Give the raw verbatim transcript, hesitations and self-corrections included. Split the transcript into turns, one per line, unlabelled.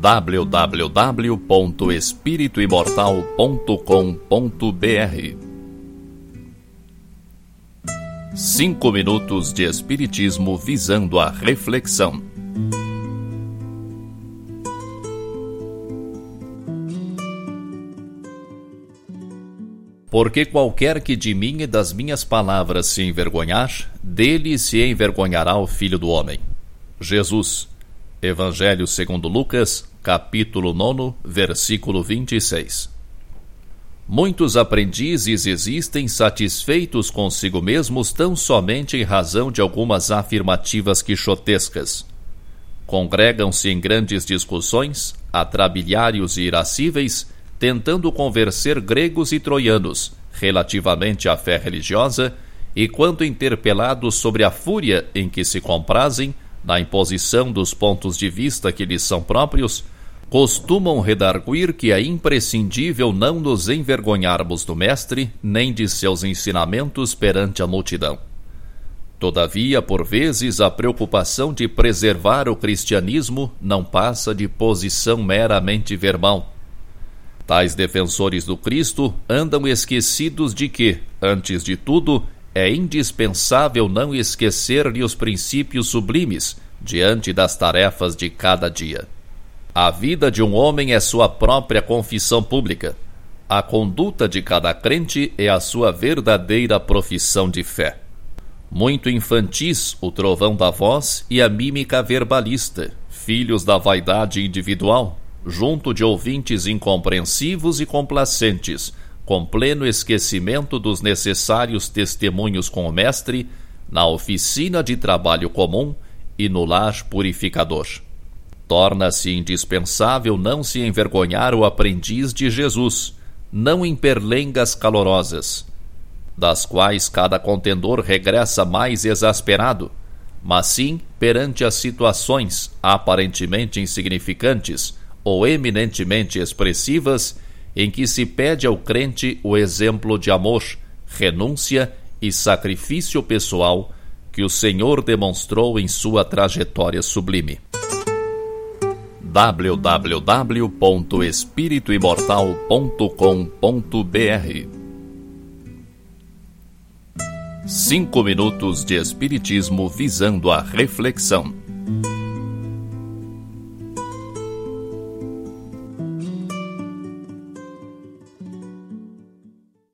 w w w ponto espírito imortal ponto com ponto b r. Cinco minutos de espiritismo visando a reflexão. Porque qualquer que de mim e das minhas palavras se envergonhar, dele se envergonhará o Filho do Homem. Jesus, Evangelho segundo Lucas, capítulo nove, versículo vinte e seis. Muitos aprendizes existem satisfeitos consigo mesmos tão somente em razão de algumas afirmativas quixotescas. Congregam-se em grandes discussões, atrabiliários e irascíveis, tentando convencer gregos e troianos relativamente à fé religiosa, e quando interpelados sobre a fúria em que se comprazem na imposição dos pontos de vista que lhes são próprios, costumam redarguir que é imprescindível não nos envergonharmos do Mestre nem de seus ensinamentos perante a multidão. Todavia, por vezes, a preocupação de preservar o cristianismo não passa de posição meramente verbal. Tais defensores do Cristo andam esquecidos de que, antes de tudo, é indispensável não esquecer-lhe os princípios sublimes diante das tarefas de cada dia. A vida de um homem é sua própria confissão pública. A conduta de cada crente é a sua verdadeira profissão de fé. Muito infantis o trovão da voz e a mímica verbalista, filhos da vaidade individual, junto de ouvintes incompreensivos e complacentes, com pleno esquecimento dos necessários testemunhos com o Mestre, na oficina de trabalho comum e no lar purificador. Torna-se indispensável não se envergonhar o aprendiz de Jesus, não em perlengas calorosas, das quais cada contendor regressa mais exasperado, mas sim perante as situações aparentemente insignificantes ou eminentemente expressivas em que se pede ao crente o exemplo de amor, renúncia e sacrifício pessoal que o Senhor demonstrou em sua trajetória sublime. w w w ponto espírito imortal ponto com ponto b r. Cinco minutos de espiritismo visando a reflexão.